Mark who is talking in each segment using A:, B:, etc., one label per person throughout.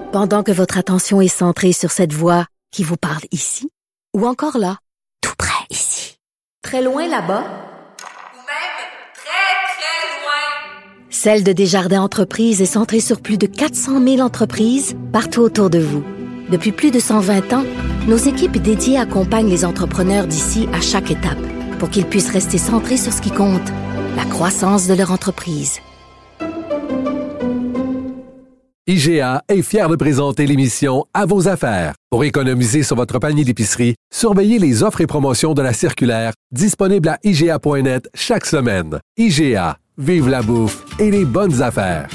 A: Pendant que votre attention est centrée sur cette voix qui vous parle ici, ou encore là, tout près ici, très loin là-bas,
B: ou même très, très loin.
A: Celle de Desjardins Entreprises est centrée sur plus de 400 000 entreprises partout autour de vous. Depuis plus de 120 ans, nos équipes dédiées accompagnent les entrepreneurs d'ici à chaque étape pour qu'ils puissent rester centrés sur ce qui compte, la croissance de leur entreprise.
C: IGA est fier de présenter l'émission À vos affaires. Pour économiser sur votre panier d'épicerie, surveillez les offres et promotions de la circulaire disponible à IGA.net chaque semaine. IGA, vive la bouffe et les bonnes affaires.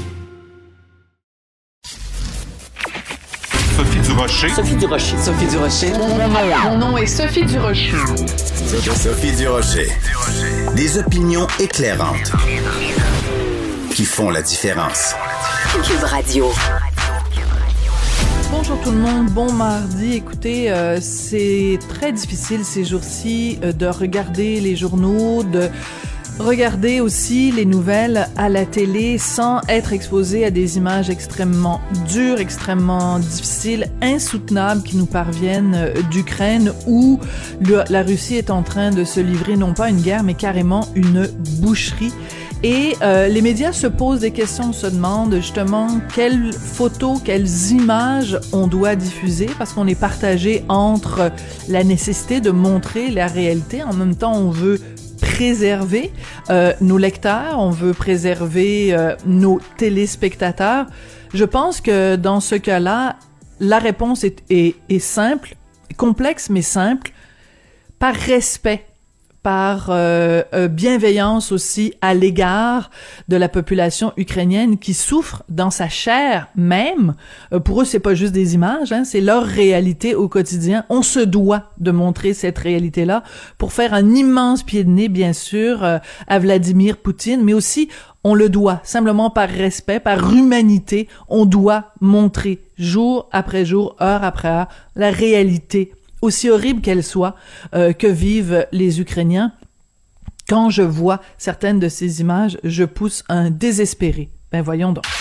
D: Sophie Durocher.
E: Sophie Durocher. Sophie Durocher.
F: Mon nom est Sophie Durocher.
G: Sophie Durocher. Des opinions éclairantes qui font la différence.
A: Cube Radio.
F: Bonjour tout le monde, bon mardi. Écoutez, c'est très difficile ces jours-ci de regarder les journaux, de regarder aussi les nouvelles à la télé sans être exposé à des images extrêmement dures, extrêmement difficiles, insoutenables qui nous parviennent d'Ukraine où la Russie est en train de se livrer non pas une guerre mais carrément une boucherie. Et les médias se posent des questions, se demandent justement quelles photos, quelles images on doit diffuser parce qu'on est partagé entre la nécessité de montrer la réalité. En même temps, on veut préserver nos lecteurs, on veut préserver nos téléspectateurs. Je pense que dans ce cas-là, la réponse est simple, complexe mais simple, par respect, par bienveillance aussi à l'égard de la population ukrainienne qui souffre dans sa chair même. Pour eux, c'est pas juste des images, hein, c'est leur réalité au quotidien. On se doit de montrer cette réalité-là pour faire un immense pied de nez, bien sûr, à Vladimir Poutine, mais aussi on le doit, simplement par respect, par humanité, on doit montrer jour après jour, heure après heure, la réalité aussi horrible qu'elle soit, que vivent les Ukrainiens. Quand je vois certaines de ces images, je pousse un désespéré. Ben voyons donc.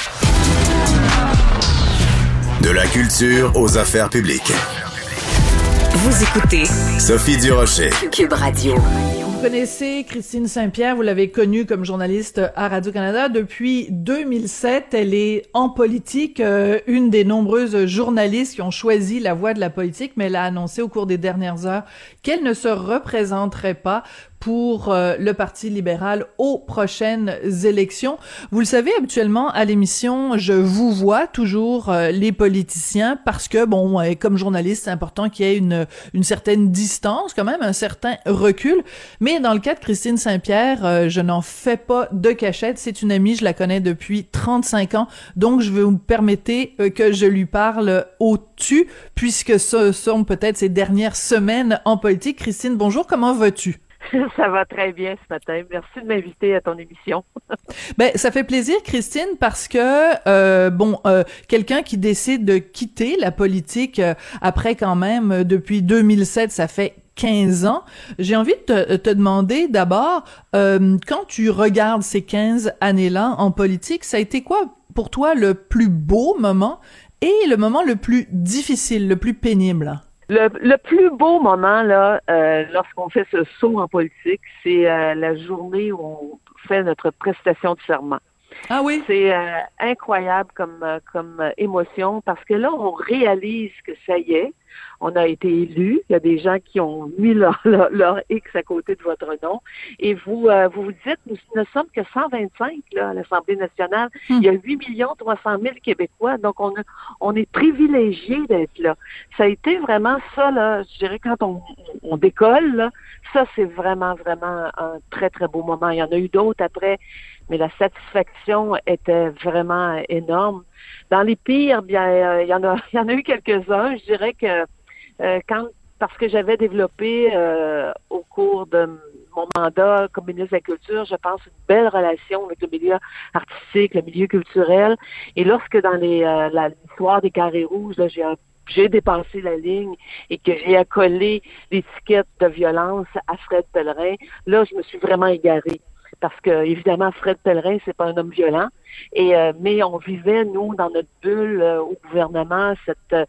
G: De la culture aux affaires publiques.
A: Vous écoutez
G: Sophie Durocher.
A: Cube Radio.
F: Vous connaissez Christine Saint-Pierre, vous l'avez connue comme journaliste à Radio-Canada depuis 2007. Elle est en politique, une des nombreuses journalistes qui ont choisi la voie de la politique, mais elle a annoncé au cours des dernières heures qu'elle ne se représenterait pas pour le Parti libéral aux prochaines élections. Vous le savez, habituellement, à l'émission, je vous vois toujours les politiciens parce que, bon, comme journaliste, c'est important qu'il y ait une certaine distance, quand même, un certain recul. Mais dans le cas de Christine Saint-Pierre, je n'en fais pas de cachette. C'est une amie, je la connais depuis 35 ans. Donc, je vais vous permettre que je lui parle au tu, puisque ce sont peut-être ses dernières semaines en politique. Christine, bonjour, comment vas-tu?
H: Ça va très bien ce matin. Merci de m'inviter à ton émission.
F: Ben, ça fait plaisir, Christine, parce que, quelqu'un qui décide de quitter la politique après quand même, depuis 2007, ça fait 15 ans. J'ai envie de te demander d'abord, quand tu regardes ces 15 années-là en politique, ça a été quoi pour toi le plus beau moment et le moment le plus difficile, le plus pénible?
H: Le plus beau moment, là, lorsqu'on fait ce saut en politique, c'est la journée où on fait notre prestation de serment.
F: Ah oui?
H: C'est incroyable comme émotion parce que là, on réalise que ça y est, on a été élus. Il y a des gens qui ont mis leur X à côté de votre nom. Et vous vous dites, nous ne sommes que 125 là, à l'Assemblée nationale. Il y a 8 300 000 Québécois. Donc, on est privilégiés d'être là. Ça a été vraiment ça, là, je dirais, quand on décolle, là, ça, c'est vraiment, vraiment un très, très beau moment. Il y en a eu d'autres après, mais la satisfaction était vraiment énorme. Dans les pires, bien, il y en a eu quelques-uns. Je dirais que parce que j'avais développé au cours de mon mandat comme ministre de la Culture, je pense, une belle relation avec le milieu artistique, le milieu culturel. Et lorsque dans l'histoire des carrés rouges, là, j'ai dépassé la ligne et que j'ai accolé l'étiquette de violence à Fred Pellerin, là, je me suis vraiment égarée. Parce que, évidemment, Fred Pellerin, c'est pas un homme violent. Mais on vivait, nous, dans notre bulle au gouvernement, cette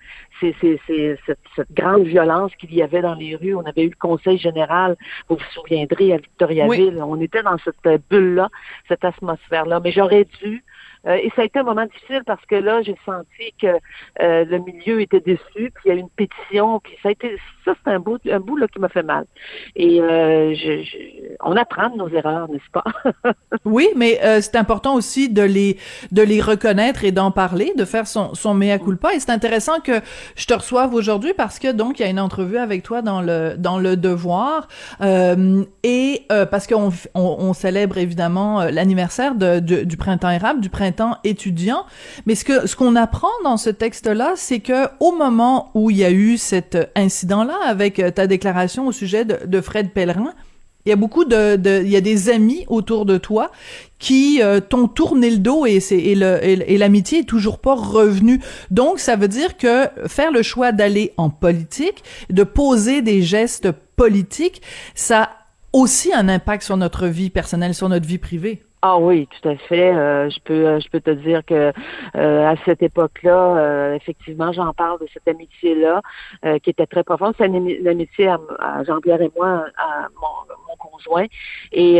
H: grande violence qu'il y avait dans les rues. On avait eu le conseil général, vous vous souviendrez, à Victoriaville. Oui. On était dans cette bulle-là, cette atmosphère-là. Mais j'aurais dû, et ça a été un moment difficile parce que là, j'ai senti que le milieu était déçu, puis il y a eu une pétition, puis ça, c'est un bout là qui m'a fait mal. Et on apprend de nos erreurs, n'est-ce pas?
F: Oui, mais c'est important aussi de les reconnaître et d'en parler, de faire son mea culpa. Et c'est intéressant que je te reçoive aujourd'hui parce que donc il y a une entrevue avec toi dans le Devoir parce qu'on célèbre évidemment l'anniversaire du printemps érable, du printemps étudiant. Mais ce qu'on apprend dans ce texte-là, c'est que au moment où il y a eu cet incident-là avec ta déclaration au sujet de Fred Pellerin, il y a beaucoup il y a des amis autour de toi qui t'ont tourné le dos et l'amitié est toujours pas revenue. Donc, ça veut dire que faire le choix d'aller en politique, de poser des gestes politiques, ça a aussi un impact sur notre vie personnelle, sur notre vie privée.
H: Ah oui, tout à fait. Je peux te dire que à cette époque-là, effectivement, j'en parle de cette amitié-là qui était très profonde. C'est l'amitié à Jean-Pierre et moi, à mon conjoint. Et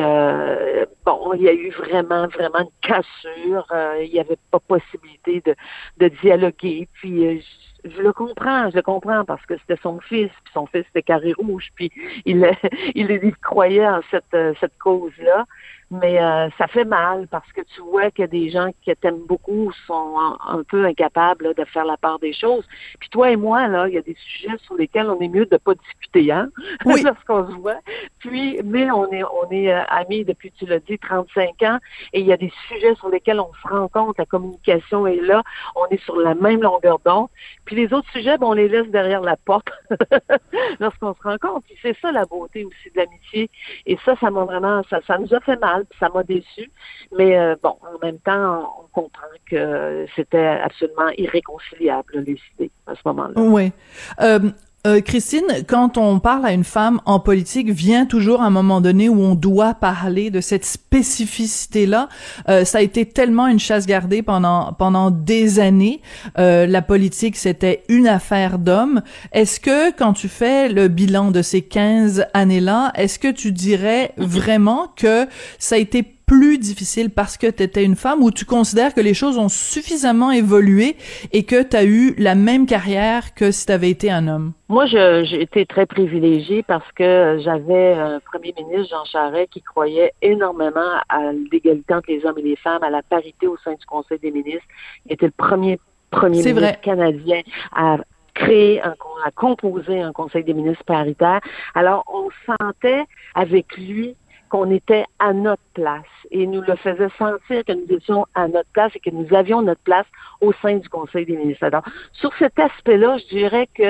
H: il y a eu vraiment une cassure. Il n'y avait pas possibilité de dialoguer. Puis je le comprends parce que c'était son fils, puis son fils était carré rouge, puis il croyait en cette cause-là. Mais ça fait mal parce que tu vois que des gens qui t'aiment beaucoup sont un peu incapables là, de faire la part des choses. Puis toi et moi, là, il y a des sujets sur lesquels on est mieux de pas discuter, hein, oui. Lorsqu'on se voit. Mais on est amis depuis, tu l'as dit, 35 ans, et il y a des sujets sur lesquels on se rencontre, la communication est là, on est sur la même longueur d'onde. Puis les autres sujets, on les laisse derrière la porte lorsqu'on se rencontre. Puis c'est ça la beauté aussi de l'amitié. Et ça m'a vraiment, ça nous a fait mal. Ça m'a déçu, mais en même temps, on comprend que c'était absolument irréconciliable, les idées, à ce moment-là.
F: Oui. Christine, quand on parle à une femme en politique, vient toujours un moment donné où on doit parler de cette spécificité-là. Ça a été tellement une chasse gardée pendant des années. La politique, c'était une affaire d'hommes. Est-ce que, quand tu fais le bilan de ces 15 années-là, est-ce que tu dirais vraiment que ça a été plus difficile parce que tu étais une femme, ou tu considères que les choses ont suffisamment évolué et que tu as eu la même carrière que si tu avais été un homme?
H: Moi, j'ai été très privilégiée parce que j'avais un premier ministre, Jean Charest, qui croyait énormément à l'égalité entre les hommes et les femmes, à la parité au sein du Conseil des ministres. Il était le premier ministre canadien à créer à composer un Conseil des ministres paritaire. Alors, on sentait avec lui qu'on était à notre place et nous le faisait sentir que nous étions à notre place et que nous avions notre place au sein du Conseil des ministres. Alors, sur cet aspect-là, je dirais que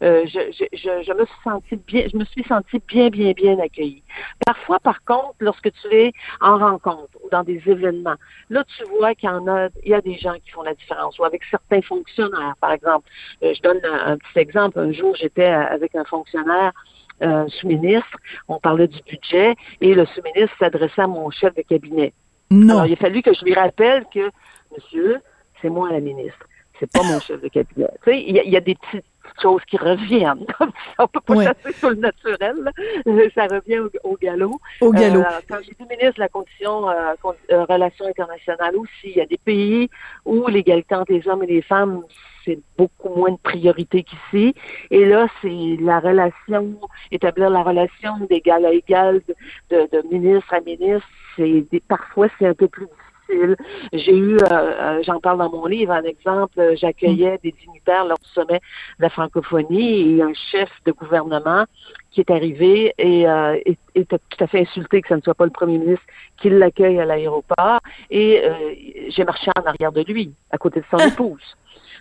H: je me suis sentie bien accueillie. Parfois, par contre, lorsque tu es en rencontre ou dans des événements, là, tu vois qu'il y a des gens qui font la différence, ou avec certains fonctionnaires, par exemple. Je donne un petit exemple. Un jour, j'étais avec un fonctionnaire sous-ministre, on parlait du budget, et le sous-ministre s'adressait à mon chef de cabinet.
F: Non.
H: Alors, il a fallu que je lui rappelle que, monsieur, c'est moi la ministre, c'est pas mon chef de cabinet. Tu sais, il y a des petites choses qui reviennent, comme ça, on peut pas chasser sur le naturel, là. Ça revient au galop.
F: Au galop.
H: Quand j'étais ministre de la condition relations internationales aussi, il y a des pays où l'égalité entre les hommes et les femmes, c'est beaucoup moins de priorité qu'ici. Et là, c'est établir la relation d'égal à égal, de ministre à ministre. Parfois, c'est un peu plus difficile. J'ai eu, j'en parle dans mon livre, un exemple, j'accueillais des dignitaires lors du sommet de la francophonie et un chef de gouvernement qui est arrivé et était tout à fait insulté que ce ne soit pas le premier ministre qui l'accueille à l'aéroport. Et j'ai marché en arrière de lui, à côté de son épouse.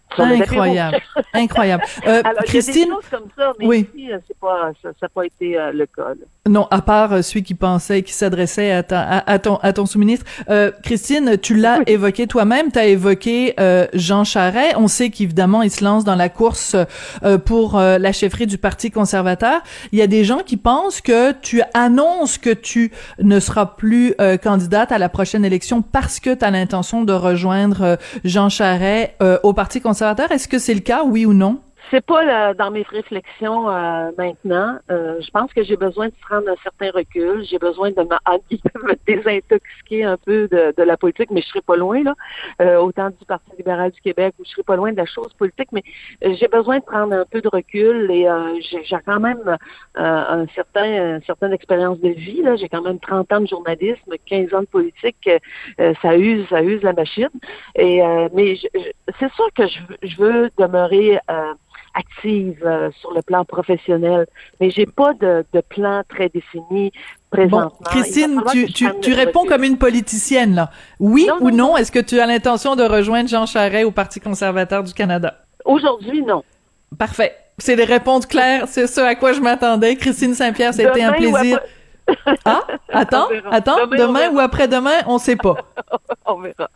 F: Incroyable, incroyable.
H: Alors,
F: Christine,
H: il y a des choses comme ça, mais
F: oui.
H: ici, ça n'a pas été le cas. Là.
F: Non, à part celui qui s'adressait à ton sous-ministre. Christine, tu l'as évoqué toi-même, tu as évoqué Jean Charest. On sait qu'évidemment, il se lance dans la course pour la chefferie du Parti conservateur. Il y a des gens qui pensent que tu annonces que tu ne seras plus candidate à la prochaine élection parce que tu as l'intention de rejoindre Jean Charest au Parti conservateur. Est-ce que c'est le cas, oui ou non?
H: C'est pas dans mes réflexions maintenant. Je pense que j'ai besoin de prendre un certain recul. J'ai besoin de me désintoxiquer un peu de la politique, mais je serai pas loin, là. Autant du Parti libéral du Québec, où je serai pas loin de la chose politique, mais j'ai besoin de prendre un peu de recul et j'ai quand même une certaine expérience de vie, là. J'ai quand même 30 ans de journalisme, 15 ans de politique. Ça use la machine. Et mais c'est sûr que je veux demeurer active sur le plan professionnel, mais j'ai pas de plan très défini présentement.
F: Bon, Christine, tu réponds comme une politicienne, là. Oui ou non, est-ce que tu as l'intention de rejoindre Jean Charest au Parti conservateur du Canada?
H: Aujourd'hui, non.
F: Parfait. C'est des réponses claires, c'est ce à quoi je m'attendais. Christine Saint-Pierre, c'était un plaisir. Ah, attends, demain ou après-demain, on sait pas.
H: On verra.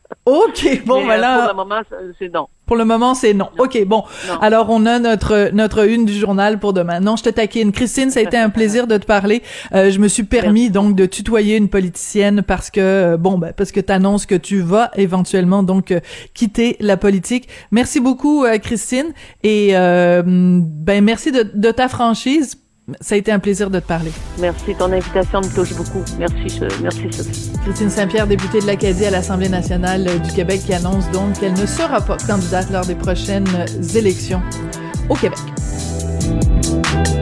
F: OK, bon, voilà.
H: Pour le moment, c'est non.
F: Pour le moment, c'est non. OK, bon. Non. Alors, on a notre une du journal pour demain. Non, je te taquine. Christine, ça a été un plaisir de te parler. Je me suis permis, donc, de tutoyer une politicienne parce que, parce que t'annonces que tu vas éventuellement, donc, quitter la politique. Merci beaucoup, Christine. Et, merci de ta franchise. Ça a été un plaisir de te parler.
H: Merci. Ton invitation me touche beaucoup. Merci Sophie.
F: Christine Saint-Pierre, députée de l'Acadie à l'Assemblée nationale du Québec, qui annonce donc qu'elle ne sera pas candidate lors des prochaines élections au Québec.